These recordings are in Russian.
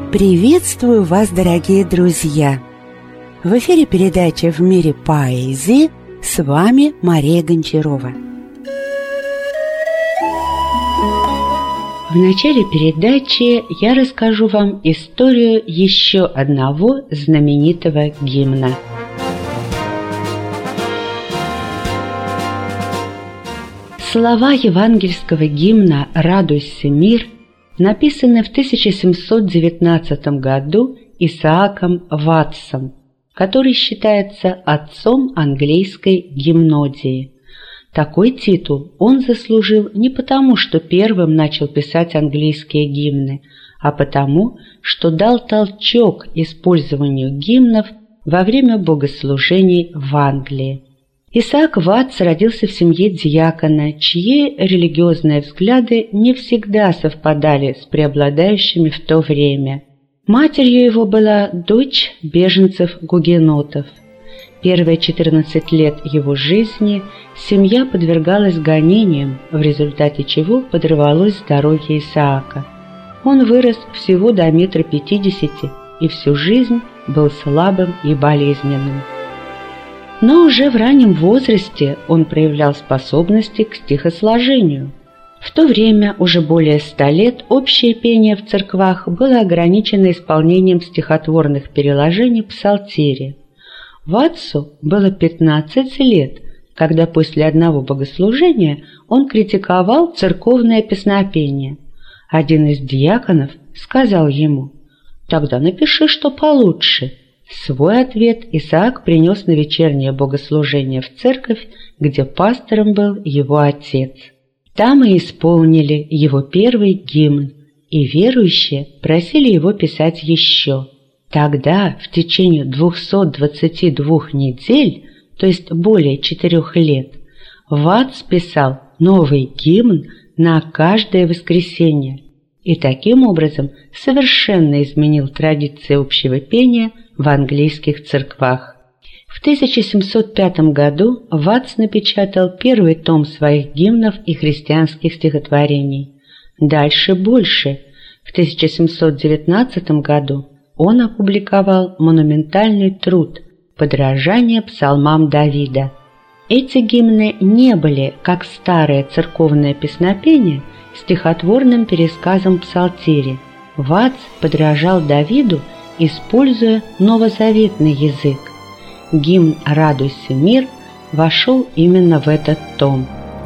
Приветствую вас, дорогие друзья! В эфире передача «В мире поэзии», с вами Мария Гончарова. В начале передачи я расскажу вам историю еще одного знаменитого гимна. Слова евангельского гимна «Радуйся, мир» написаны в 1719 году Исааком Ватсом, который считается отцом английской гимнодии. Такой титул он заслужил не потому, что первым начал писать английские гимны, а потому, что дал толчок использованию гимнов во время богослужений в Англии. Исаак Ватс родился в семье дьякона, чьи религиозные взгляды не всегда совпадали с преобладающими в то время. Матерью его была дочь беженцев-гугенотов. Первые 14 лет его жизни семья подвергалась гонениям, в результате чего подорвалось здоровье Исаака. Он вырос всего до 1,50 м и всю жизнь был слабым и болезненным. Но уже в раннем возрасте он проявлял способности к стихосложению. В то время, уже более 100 лет, общее пение в церквах было ограничено исполнением стихотворных переложений псалтири. Ватсу было 15 лет, когда после одного богослужения он критиковал церковное песнопение. Один из диаконов сказал ему: «Тогда напиши, что получше». Свой ответ Исаак принес на вечернее богослужение в церковь, где пастором был его отец. Там и исполнили его первый гимн, и верующие просили его писать еще. Тогда, в течение 222 недель, то есть более 4 лет, Ватс писал новый гимн на каждое воскресенье и таким образом совершенно изменил традиции общего пения в английских церквах. В 1705 году Ватс напечатал первый том своих гимнов и христианских стихотворений. Дальше больше. В 1719 году он опубликовал монументальный труд «Подражание псалмам Давида». Эти гимны не были, как старое церковное песнопение, стихотворным пересказом псалтири. Ватс подражал Давиду, используя новозаветный язык. Гимн «Радуйся, мир» вошел именно в этот том.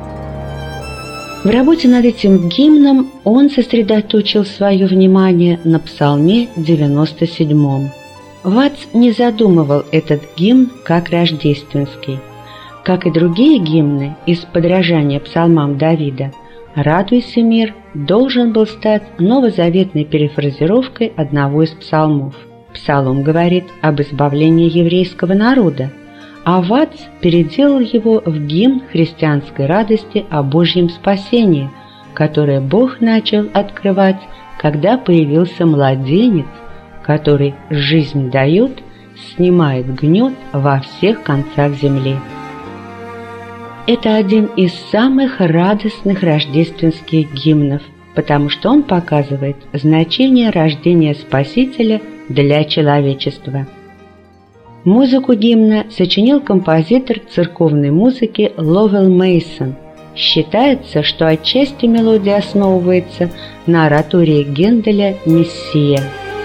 В работе над этим гимном он сосредоточил свое внимание на псалме 97. Ватс не задумывал этот гимн как рождественский. Как и другие гимны из подражания псалмам Давида, «Радуйся, мир» должен был стать новозаветной перефразировкой одного из псалмов. Псалом говорит об избавлении еврейского народа, а Ватс переделал его в гимн христианской радости о Божьем спасении, которое Бог начал открывать, когда появился младенец, который жизнь дает, снимает гнет во всех концах земли. Это один из самых радостных рождественских гимнов, потому что он показывает значение рождения Спасителя для человечества. Музыку гимна сочинил композитор церковной музыки Ловел Мейсон. Считается, что отчасти мелодия основывается на оратории Генделя «Мессия».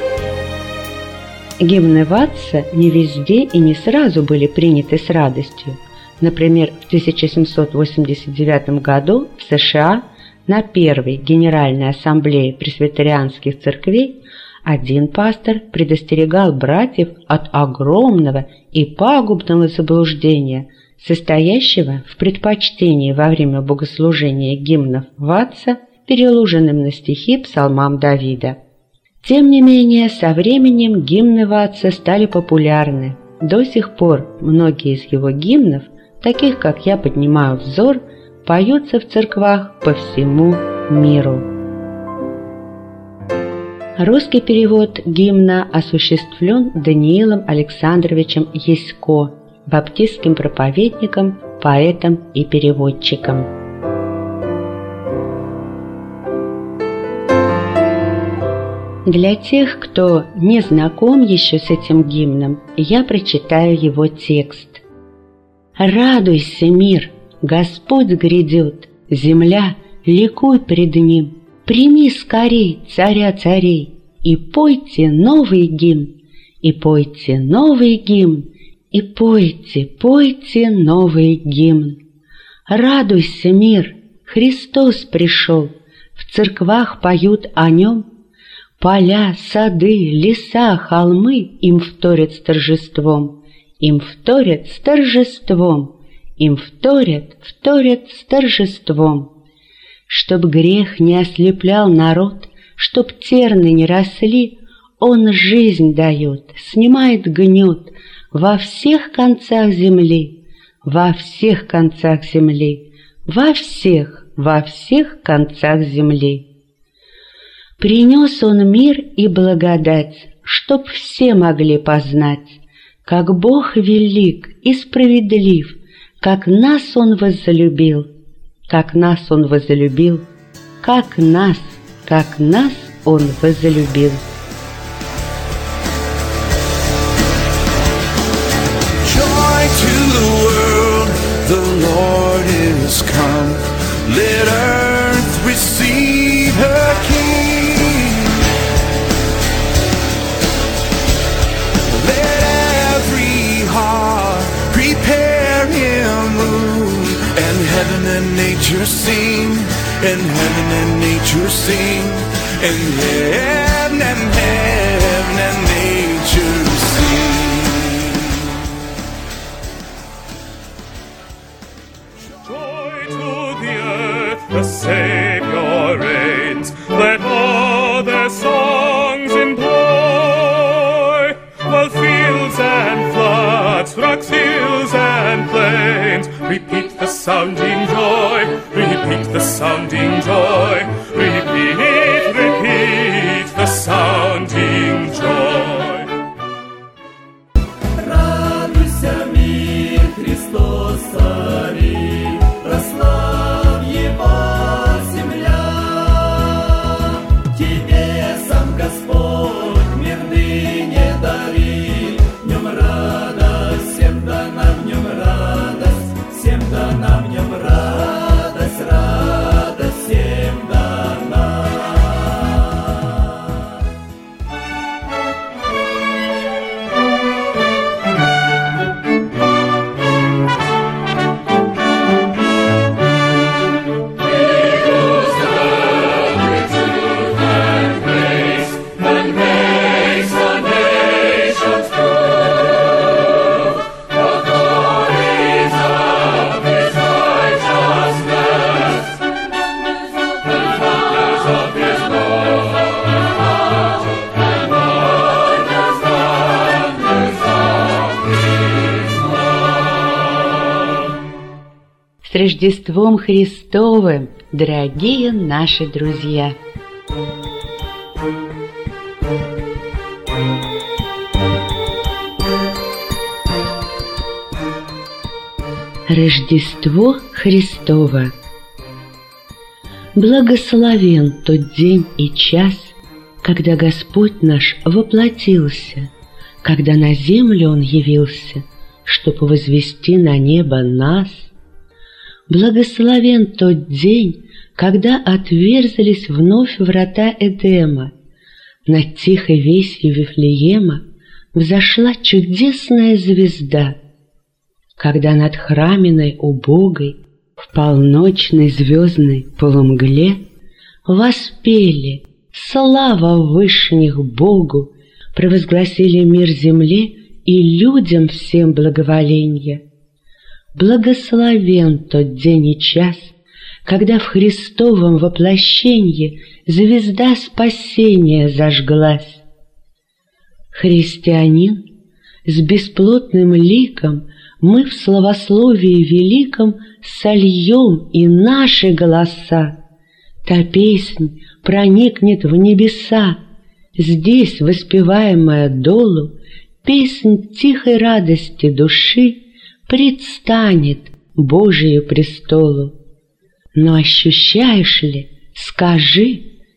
Гимны Ватса не везде и не сразу были приняты с радостью. Например, в 1789 году в США на Первой Генеральной Ассамблее пресвитерианских церквей один пастор предостерегал братьев от огромного и пагубного заблуждения, состоящего в предпочтении во время богослужения гимнов Ватса переложенным на стихи псалмам Давида. Тем не менее, со временем гимны Ватса стали популярны. До сих пор многие из его гимнов, таких как «Я поднимаю взор», поются в церквах по всему миру. Русский перевод гимна осуществлен Даниилом Александровичем Ясько, баптистским проповедником, поэтом и переводчиком. Для тех, кто не знаком еще с этим гимном, я прочитаю его текст. «Радуйся, мир, Господь грядет, земля, ликуй пред Ним, прими скорей царя царей, и пойте новый гимн, и пойте новый гимн, и пойте, пойте новый гимн. Радуйся, мир, Христос пришел, в церквах поют о Нем, поля, сады, леса, холмы им вторят с торжеством, им вторят с торжеством, им вторят с торжеством. Чтоб грех не ослеплял народ, чтоб терны не росли, Он жизнь дает, снимает гнет во всех концах земли, во всех концах земли, во всех концах земли. Принес Он мир и благодать, чтоб все могли познать, как Бог велик и справедлив, как нас Он возлюбил, как нас Он возлюбил, как нас Он возлюбил. Joy to the world, the Lord is come. Let earth receive her King. Let every heart prepare Him room, and heaven and nature sing, and heaven and nature sing, and heaven and nature sing. Joy to the earth, the Savior reigns. Let all their songs employ, while fields and floods, rocks, hills and plains repeat the sounding joy, repeat the sounding joy, repeat the sounding joy. Радуйся, мир, Христос царит, прославь Его земля. Тебе сам Господь мир ныне дарит, в нем радость, всем дана в нем радость, всем дана в нем радость, радость всем дана. С Рождеством Христовым, дорогие наши друзья! Рождество Христово! Благословен тот день и час, когда Господь наш воплотился, когда на землю Он явился, чтобы возвести на небо нас. Благословен тот день, когда отверзались вновь врата Эдема, над тихой весью Вифлеема взошла чудесная звезда, когда над храминой убогой в полночной звездной полумгле воспели слава вышних Богу, провозгласили мир земле и людям всем благоволенье. Благословен тот день и час, когда в Христовом воплощенье звезда спасения зажглась. Христианин, с бесплотным ликом мы в славословии великом сольем и наши голоса. Та песнь проникнет в небеса, здесь воспеваемая долу, песнь тихой радости души предстанет Божию престолу. Но ощущаешь ли, скажи,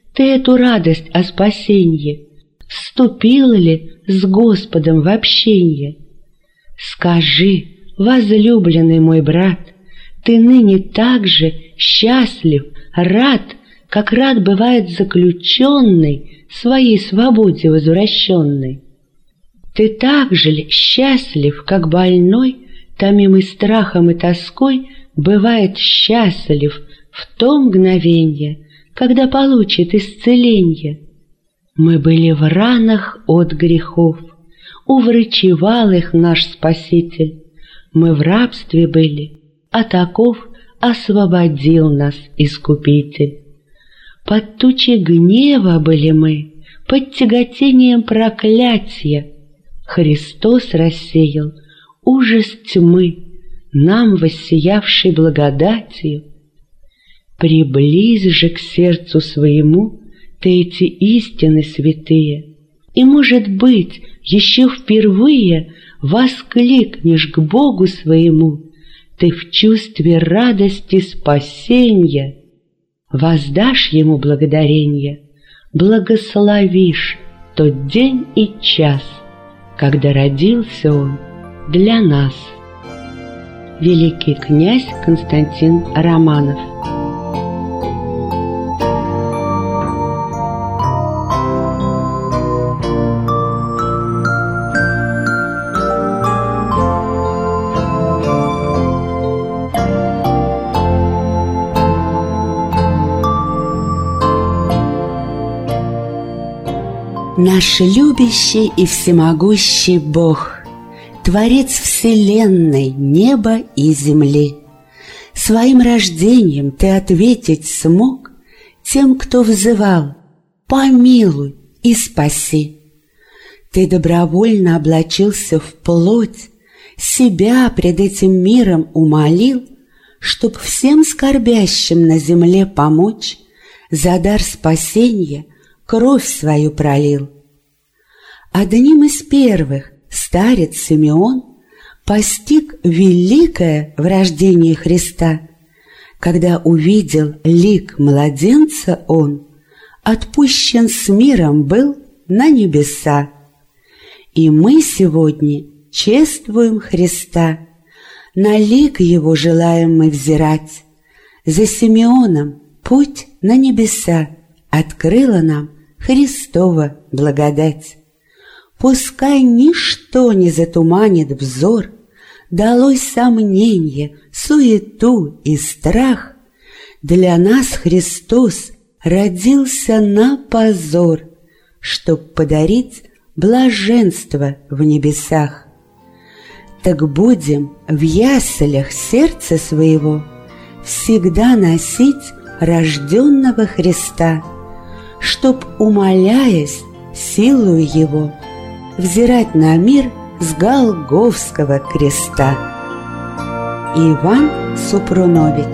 ты эту радость о спасенье вступил ли с Господом в общение? Скажи, возлюбленный мой брат, ты ныне так же счастлив, рад, как рад бывает заключенный своей свободе возвращенной? Ты так же ли счастлив, как больной, томимый страхом и тоской, бывает счастлив в то мгновенье, когда получит исцеление? Мы были в ранах от грехов, уврачевал их наш Спаситель. Мы в рабстве были, а таков освободил нас Искупитель. Под тучей гнева были мы, под тяготением проклятия. Христос рассеял ужас тьмы, нам воссиявший благодатью. Приблизь же к сердцу своему ты эти истины святые, и, может быть, еще впервые воскликнешь к Богу своему ты в чувстве радости спасенья, воздашь Ему благодаренье, благословишь тот день и час, когда родился Он для нас. Великий князь Константин Романов. Наш любящий и всемогущий Бог, Творец вселенной, неба и земли, своим рождением Ты ответить смог тем, кто взывал: помилуй и спаси. Ты добровольно облачился в плоть, себя пред этим миром умолил, чтоб всем скорбящим на земле помочь, за дар спасения кровь свою пролил. Одним из первых старец Симеон постиг великое в рождении Христа. Когда увидел лик младенца он, отпущен с миром был на небеса. И мы сегодня чествуем Христа, на лик Его желаем мы взирать. За Симеоном путь на небеса открыла нам Христова благодать. Пускай ничто не затуманит взор, далось сомнение, суету и страх. Для нас Христос родился на позор, чтоб подарить блаженство в небесах. Так будем в яслях сердца своего всегда носить рожденного Христа, чтоб, умоляясь силою Его, взирать на мир с Голгофского креста. Иван Супрунович.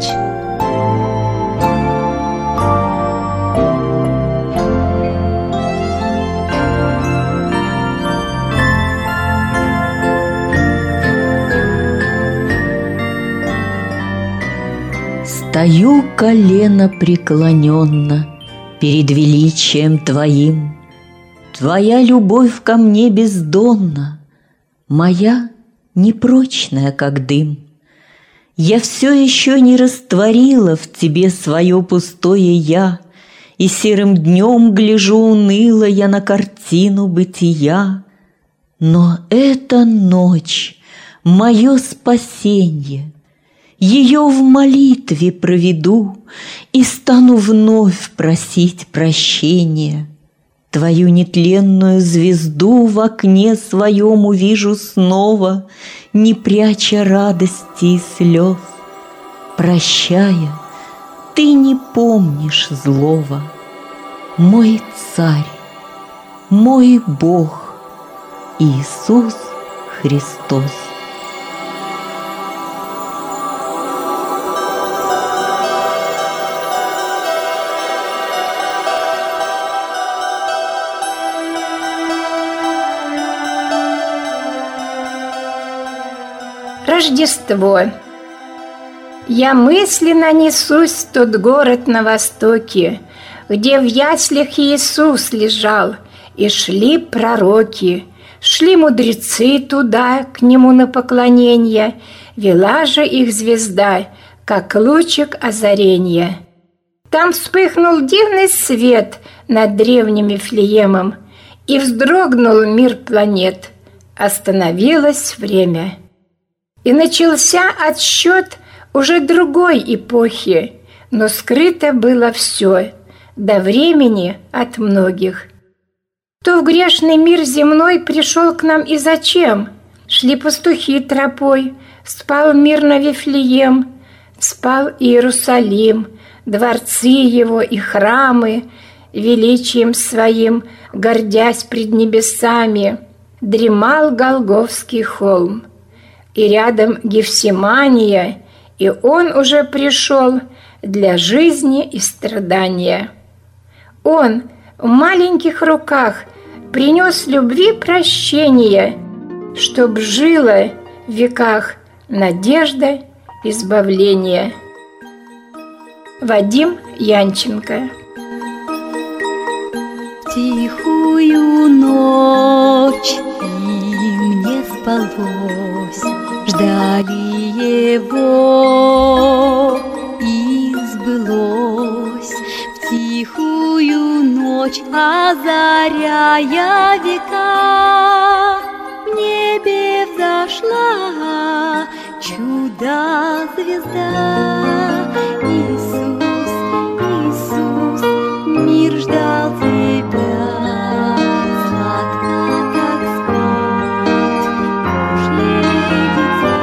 Стою колено преклоненно перед величием Твоим. Твоя любовь ко мне бездонна, моя непрочная, как дым. Я все еще не растворила в Тебе свое пустое «я», и серым днем гляжу уныло я на картину бытия. Но эта ночь — мое спасенье, ее в молитве проведу и стану вновь просить прощения. Твою нетленную звезду в окне своем увижу снова, не пряча радости и слез. Прощая, ты не помнишь злого, мой Царь, мой Бог, Иисус Христос. Рождество. Я мысленно несусь в тот город на востоке, где в яслях Иисус лежал, и шли пророки, шли мудрецы туда, к Нему на поклонение, вела же их звезда, как лучик озаренья. Там вспыхнул дивный свет над древним Вифлеемом, и вздрогнул мир планет, остановилось время. И начался отсчет уже другой эпохи, но скрыто было все до времени от многих. Кто в грешный мир земной пришел к нам и зачем? Шли пастухи тропой, спал мирно Вифлеем, спал Иерусалим, дворцы его и храмы, величием своим гордясь пред небесами, дремал Голгофский холм. И рядом Гефсимания, и он уже пришел для жизни и страдания. Он в маленьких руках принес любви прощение, чтоб жила в веках надежда избавления. Вадим Янченко. Тихую ночь им не спалось, ждали его, и сбылось. В тихую ночь, озаряя века, в небе взошла чудо-звезда. Иисус, Иисус, мир ждал тебя, сладко так спать, Божье дитя.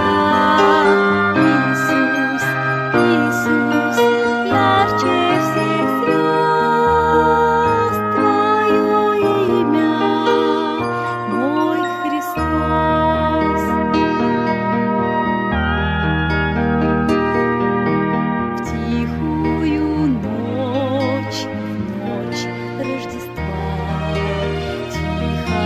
Иисус, Иисус, ярче всех звезд, Твое имя, мой Христос. В тихую ночь, ночь Рождества, тихо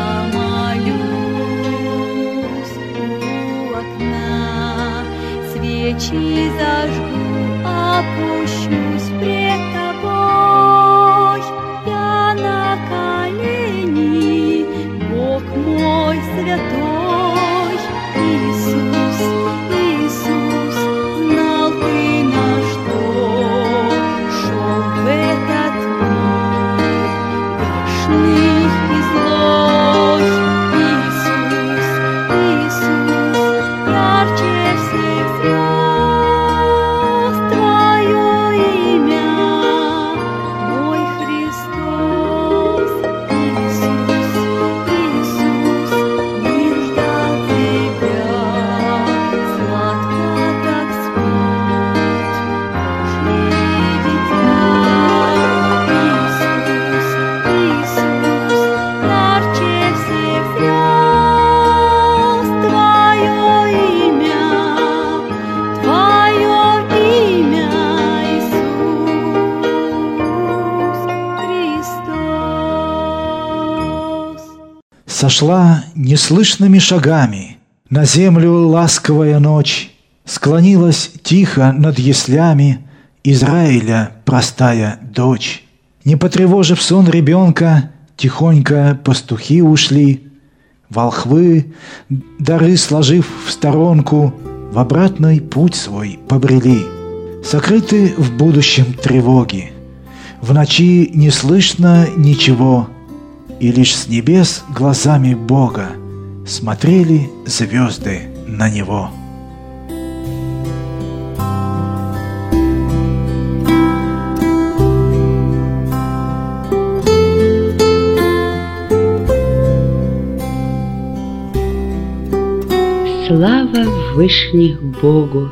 молюсь у окна, свечи зажгу, опущусь пред Тобой, я на колени, Бог мой святой. Иисус, Иисус, знал Ты, на что шел в этот мир грешный и злой. Иисус, Иисус, ярче всех звезд, Твое имя, мой Христос. Иисус, Иисус, мир ждал Тебя, сладко так спать, Божье дитя. Иисус, Иисус, ярче всех звезд, Твое имя, Иисус Христос. Сошла неслышными шагами на землю ласковая ночь, склонилась тихо над яслями Израиля простая дочь. Не потревожив сон ребенка, тихонько пастухи ушли, волхвы, дары сложив в сторонку, в обратный путь свой побрели. Сокрыты в будущем тревоги, в ночи не слышно ничего, и лишь с небес глазами Бога смотрели звезды на Него. Слава Вышних Богу!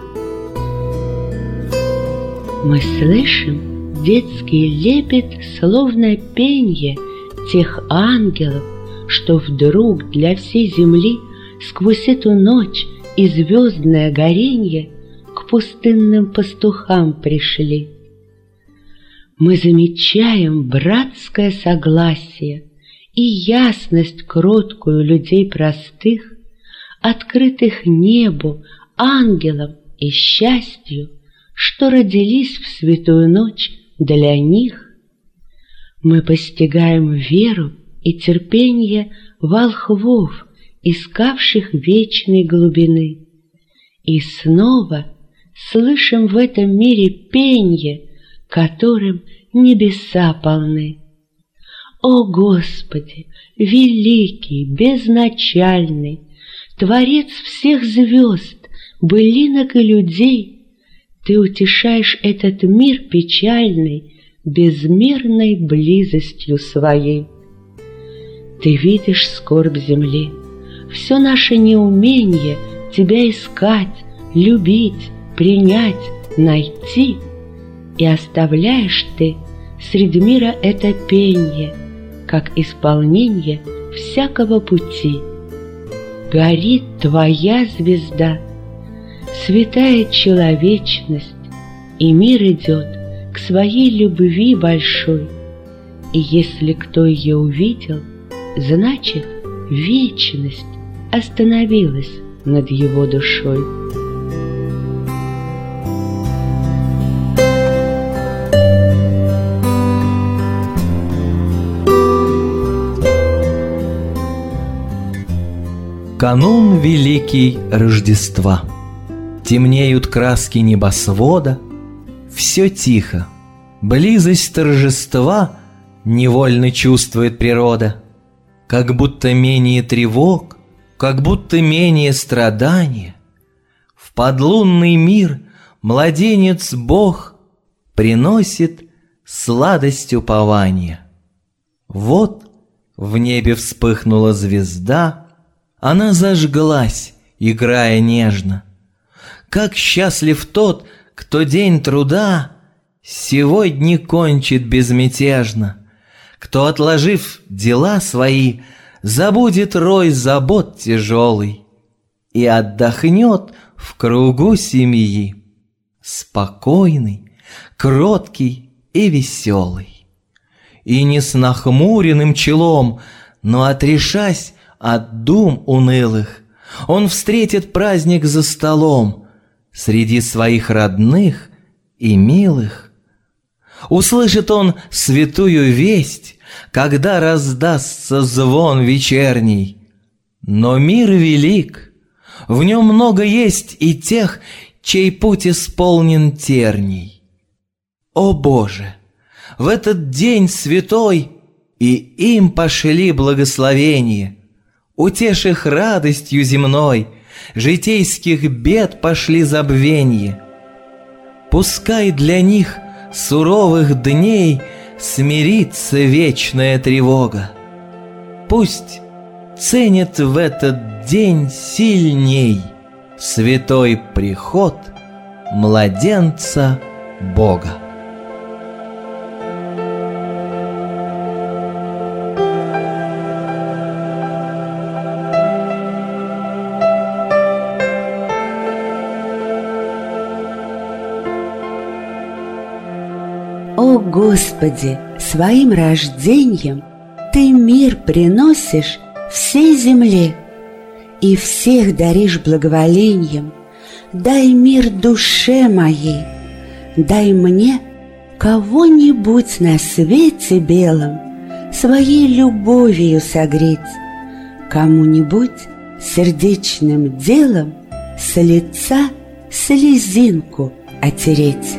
Мы слышим детский лепет, словно пенье тех ангелов, что вдруг для всей земли сквозь эту ночь и звездное горенье к пустынным пастухам пришли. Мы замечаем братское согласие и ясность кроткую людей простых, открытых небу, ангелам и счастью, что родились в святую ночь для них. Мы постигаем веру и терпенье волхвов, искавших вечной глубины. И снова слышим в этом мире пенье, которым небеса полны. О Господи, великий, безначальный, Творец всех звезд, былинок и людей, Ты утешаешь этот мир печальный безмерной близостью своей. Ты видишь скорбь земли, все наше неумение Тебя искать, любить, принять, найти, и оставляешь Ты среди мира это пенье, как исполнение всякого пути. Горит Твоя звезда, святая человечность, и мир идет к своей любви большой. И если кто ее увидел, значит, вечность остановилась над его душой. Канун великий Рождества. Темнеют краски небосвода, все тихо, близость торжества невольно чувствует природа. Как будто менее тревог, как будто менее страдания. В подлунный мир младенец Бог приносит сладость упования. Вот в небе вспыхнула звезда, она зажглась, играя нежно. Как счастлив тот, кто день труда сегодня кончит безмятежно, кто, отложив дела свои, забудет рой забот тяжелый и отдохнет в кругу семьи, спокойный, кроткий и веселый. И не с нахмуренным челом, но отрешась от дум унылых, он встретит праздник за столом среди своих родных и милых. Услышит он святую весть, когда раздастся звон вечерний. Но мир велик, в нем много есть и тех, чей путь исполнен терней. О Боже, в этот день святой и им пошли благословения, утешь их радостью земной, житейских бед пошли забвенье. Пускай для них суровых дней смирится вечная тревога. Пусть ценит в этот день сильней святой приход младенца Бога. О Господи, своим рождением Ты мир приносишь всей земле и всех даришь благоволением. Дай мир душе моей, дай мне кого-нибудь на свете белом своей любовью согреть, кому-нибудь сердечным делом с лица слезинку отереть.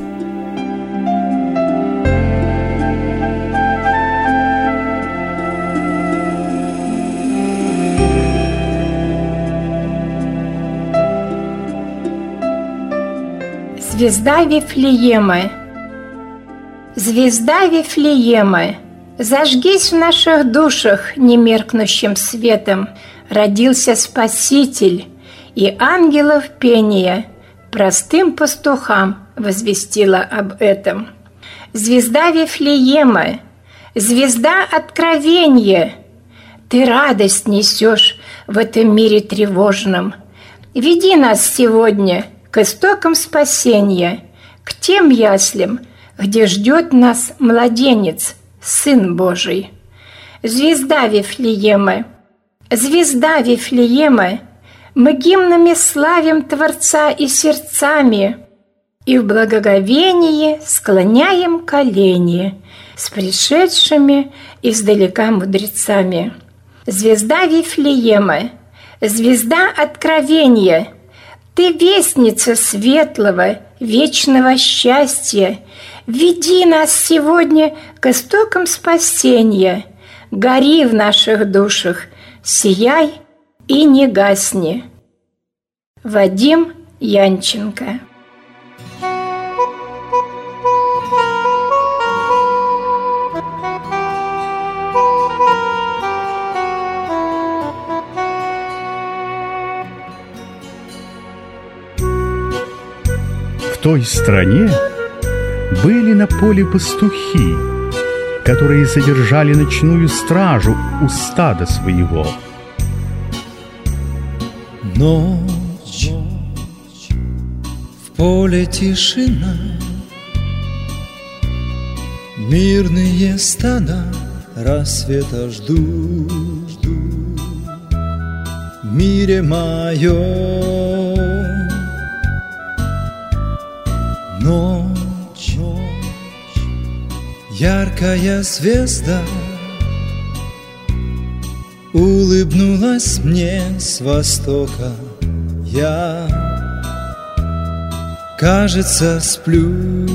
Звезда Вифлеема. Звезда Вифлеема, зажгись в наших душах немеркнущим светом. Родился Спаситель, и ангелов пение простым пастухам возвестило об этом. Звезда Вифлеема, звезда откровения, ты радость несешь в этом мире тревожном. Веди нас сегодня к истокам спасения, к тем яслям, где ждет нас младенец, Сын Божий. Звезда Вифлеема, звезда Вифлеема, мы гимнами славим Творца и сердцами, и в благоговении склоняем колени с пришедшими издалека мудрецами. Звезда Вифлеема, звезда откровения, ты вестница светлого, вечного счастья. Веди нас сегодня к истокам спасения. Гори в наших душах, сияй и не гасни. Вадим Янченко. В той стране были на поле пастухи, которые содержали ночную стражу у стада своего. Ночь, в поле тишина, мирные стада рассвета ждут. В мире моем ночь, яркая звезда улыбнулась мне с востока. Я, кажется, сплю,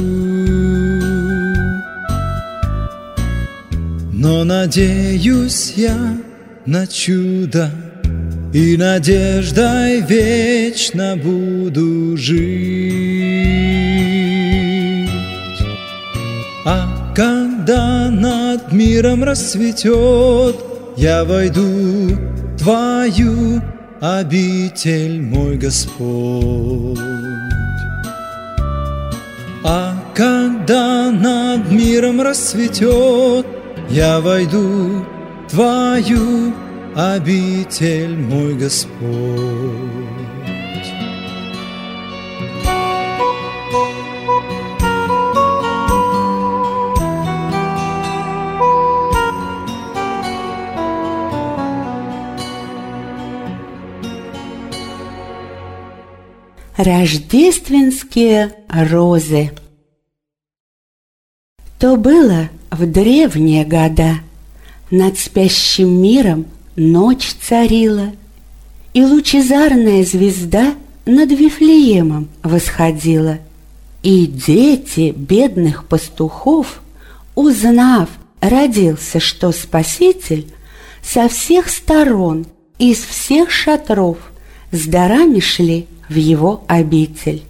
но надеюсь я на чудо, и надеждой вечно буду жить. А когда над миром расцветет, я войду в Твою обитель, мой Господь. А когда над миром расцветет, я войду в Твою обитель, мой Господь. Рождественские розы. То было в древние года, над спящим миром ночь царила, и лучезарная звезда над Вифлеемом восходила. И дети бедных пастухов, узнав, родился, что Спаситель, со всех сторон, из всех шатров, с дарами шли в его обитель.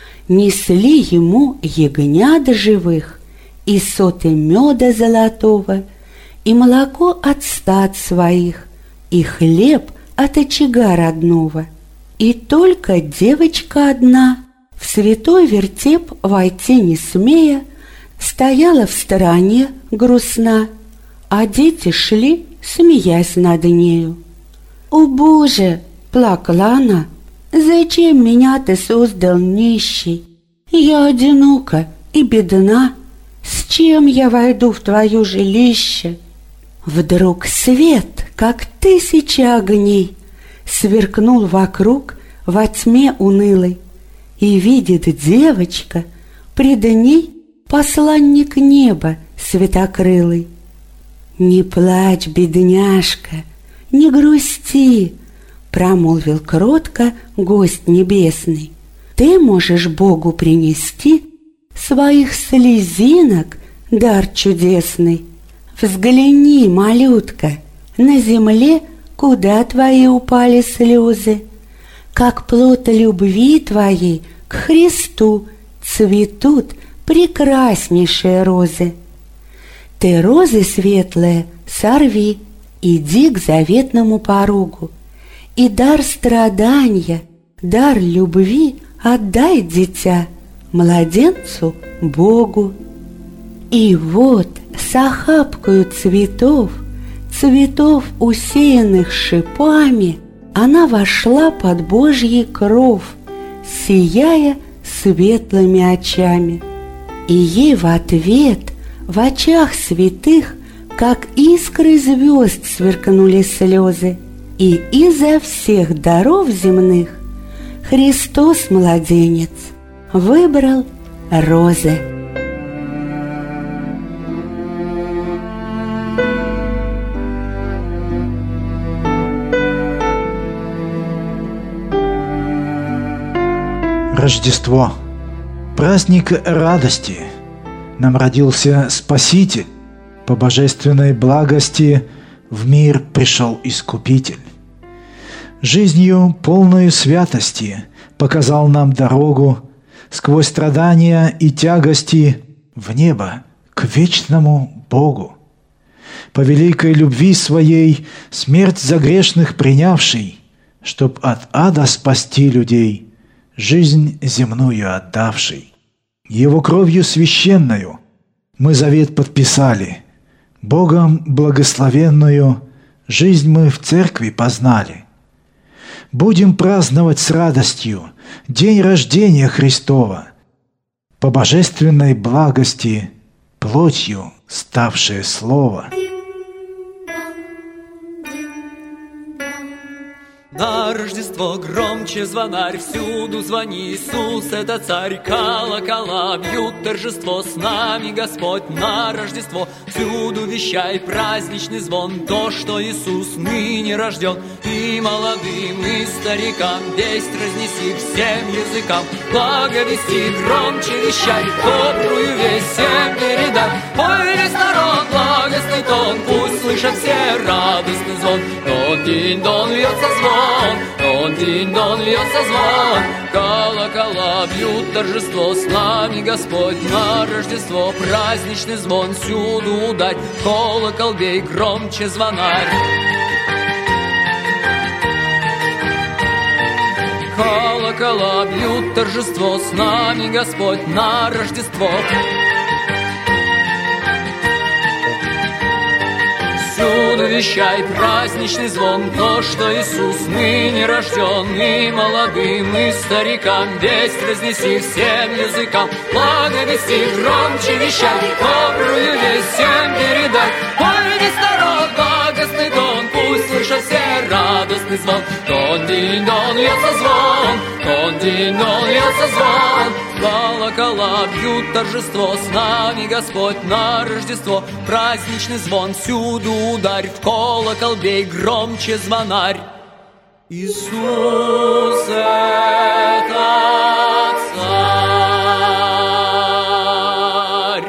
Несли ему ягнят живых, и соты меда золотого, и молоко от стад своих, и хлеб от очага родного. И только девочка одна, в святой вертеп войти не смея, стояла в стороне грустна, а дети шли, смеясь над нею. «О, Боже!» — плакала она. «Зачем меня ты создал нищий? Я одинока и бедна. С чем я войду в твое жилище?» Вдруг свет, как 1000 огней, сверкнул вокруг во тьме унылой, и видит девочка, пред ней посланник неба светокрылый. «Не плачь, бедняжка, не грусти», — промолвил кротко гость небесный. «Ты можешь Богу принести своих слезинок дар чудесный. Взгляни, малютка, на земле, куда твои упали слезы, как плод любви твоей к Христу цветут прекраснейшие розы. Ты розы светлые сорви, иди к заветному порогу, и дар страдания, дар любви отдай, дитя, младенцу Богу». И вот с охапкою цветов, усеянных шипами, она вошла под Божий кров, сияя светлыми очами. И ей в ответ в очах святых, как искры звезд, сверкнули слезы, и изо всех даров земных Христос, младенец, выбрал розы. Рождество, праздник радости. Нам родился Спаситель, по божественной благости в мир пришел Искупитель. Жизнью полною святости показал нам дорогу сквозь страдания и тягости в небо к вечному Богу. По великой любви своей смерть за грешных принявший, чтоб от ада спасти людей, жизнь земную отдавший. Его кровью священною мы завет подписали, Богом благословенную жизнь мы в церкви познали. Будем праздновать с радостью день рождения Христова, по божественной благости плотью ставшее Слово. На Рождество громче звонарь, всюду звони, Иисус это царь. Колокола бьют торжество, с нами Господь на Рождество. Всюду вещай праздничный звон, то, что Иисус ныне рожден. И молодым, и старикам весть разнеси всем языкам. Благовести громче вещай, добрую весть всем передай. Ой, весь народ, благостный тон, пусть слышат все радостный звон. Дон-динь-дон льется звон, дон-динь-дон льется звон. Колокола бьют торжество, с нами Господь на Рождество. Праздничный звон всюду удать, колокол бей громче звонарь. Колокола бьют торжество, с нами Господь на Рождество. Всюду вещай праздничный звон, то, что Иисус ныне рожден. И молодым, и старикам весть разнеси всем языкам. Благовести громче вещай, добрую весть всем передай. Ой, весь народ, благостный тон, пусть слышат все радостный звон. Дон-динь-дон льется звон, дон-динь-дон льется звон. Колокола бьют торжество, с нами Господь на Рождество. Праздничный звон всюду ударь, в колокол бей громче звонарь. Иисус это царь.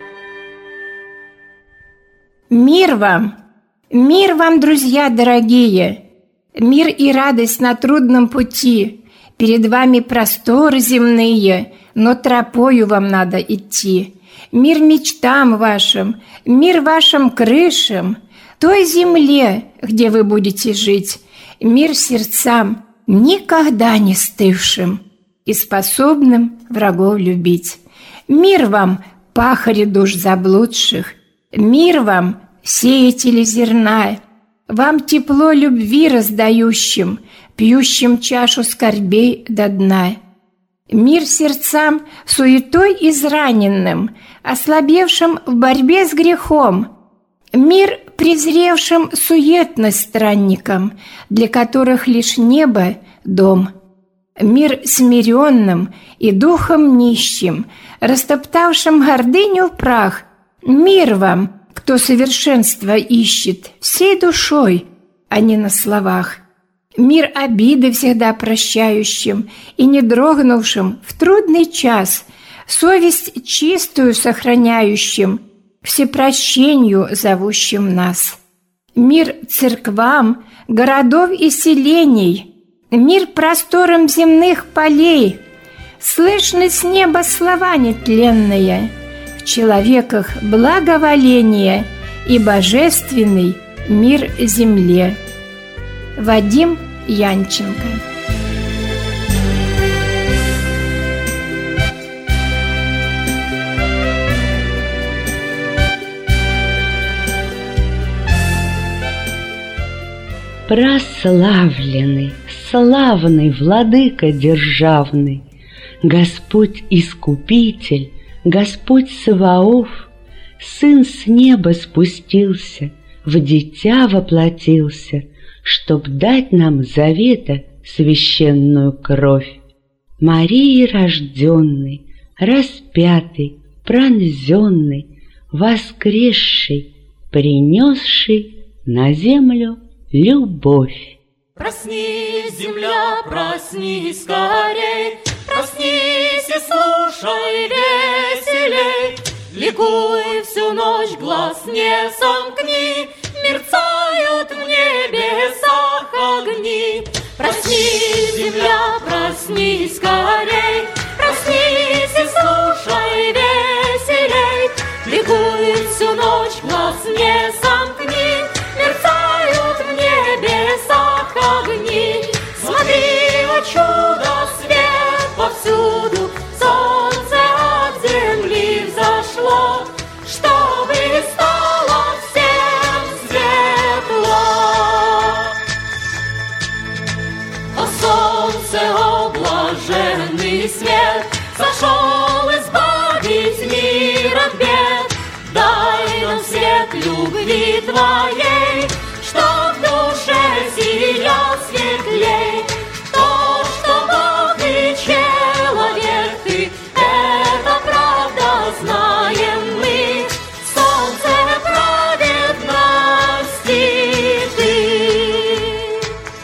Мир вам, друзья дорогие, мир и радость на трудном пути. Перед вами просторы земные, но тропою вам надо идти. Мир мечтам вашим, мир вашим крышам, той земле, где вы будете жить, мир сердцам, никогда не стывшим и способным врагов любить. Мир вам, пахари душ заблудших, мир вам, сеятели зерна, вам тепло любви раздающим, пьющим чашу скорбей до дна. Мир сердцам суетой израненным, ослабевшим в борьбе с грехом. Мир презревшим суетность странникам, для которых лишь небо – дом. Мир смиренным и духом нищим, растоптавшим гордыню в прах. Мир вам, кто совершенство ищет всей душой, а не на словах. Мир обиды всегда прощающим и не дрогнувшим в трудный час, совесть чистую сохраняющим, всепрощению зовущим нас. Мир церквам, городов и селений, мир просторам земных полей. Слышны с неба слова нетленные, в человеках благоволение и божественный мир земле. Вадим Янченко. Прославленный, славный владыка державный, Господь Искупитель, Господь Саваоф, Сын с неба спустился, в дитя воплотился, чтоб дать нам завета священную кровь. Марии рожденный, распятый, пронзенный, воскресший, принесший на землю любовь. Проснись, земля, проснись скорей, Проснись и слушай веселей, ликуй всю ночь, глаз не сомкни, мерцают в небесах огни. Проснись, земля, проснись скорей, проснись и слушай веселей, ликуй всю ночь, глаз не сомкни, мерцают в небесах огни. Смотри, о чудо, свет повсюду, солнце от земли взошло, чтобы стало всем светло. О солнце, о блаженный свет, зашел избавить мир от бед. Дай нам свет любви Твоей, чтоб в душе сиял светлей. То, что Бог и человек Ты, это правда знаем мы. Солнце праведности Ты.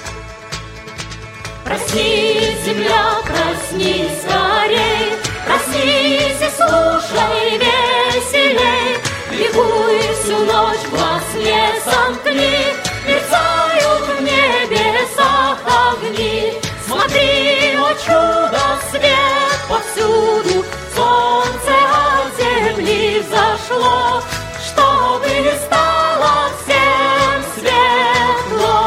Проснись, земля, проснись скорей, проснись и слушай веселей, ликуй всю ночь, глаз не сомкни, мерцают в небесах огни. Смотри, о чудо, свет повсюду, солнце от земли взошло, чтобы стало всем светло.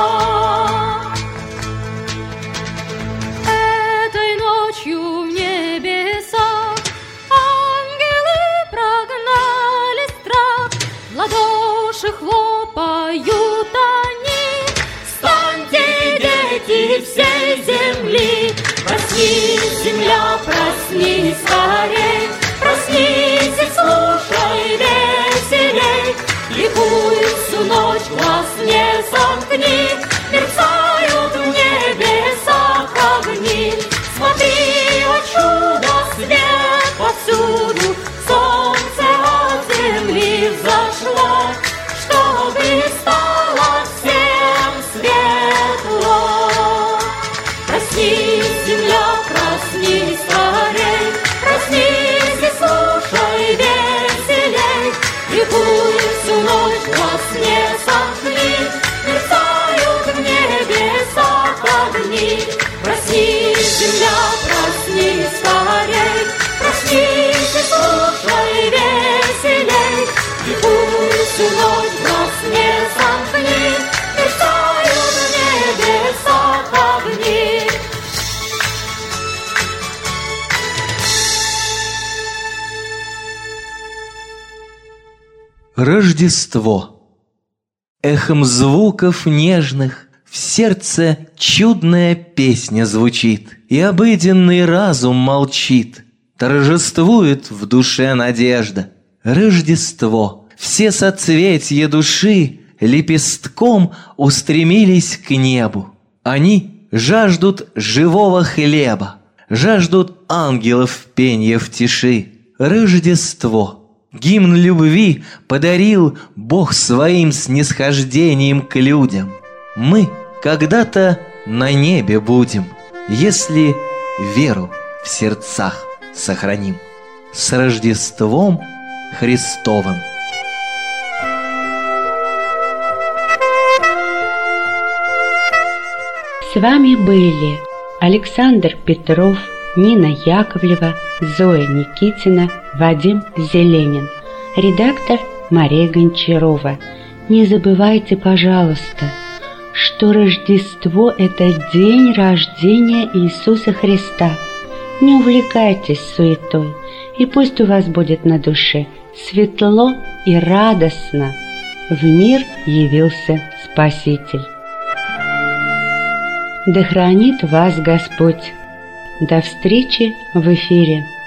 Этой ночью в небесах ангелы прогнали страх, в ладоши хлопают они. Встаньте, дети всей земли, проснись, земля, проснись скорей, проснись и слушай веселей, ликуй всю ночь, глаз не сомкни, мерцают в небесах огни. Смотри, о чудо, свет повсюду, солнце от земли взошло, чтобы стало всем светло. Проснись, земля, проснись скорей, проснись и слушай веселей, ликуй всю ночь, глаз не сомкни, мерцают в небесах огни. Проснись, земля, проснись скорей, проснись и слушай веселей, ликуй всю ночь, глаз не сомкни, мерцают в небесах огни. Рождество. Эхом звуков нежных в сердце чудная песня звучит, и обыденный разум молчит. Торжествует в душе надежда. Рождество. Все соцветия души лепестком устремились к небу. Они жаждут живого хлеба, жаждут ангелов пенья в тиши. Рождество. Гимн любви подарил Бог своим снисхождением к людям. Мы когда-то на небе будем, если веру в сердцах сохраним. С Рождеством Христовым! С вами были Александр Петров, Нина Яковлева, Зоя Никитина, Вадим Зеленин. Редактор Мария Гончарова. Не забывайте, пожалуйста, что Рождество – это день рождения Иисуса Христа. Не увлекайтесь суетой, и пусть у вас будет на душе светло и радостно. В мир явился Спаситель. Да хранит вас Господь. До встречи в эфире.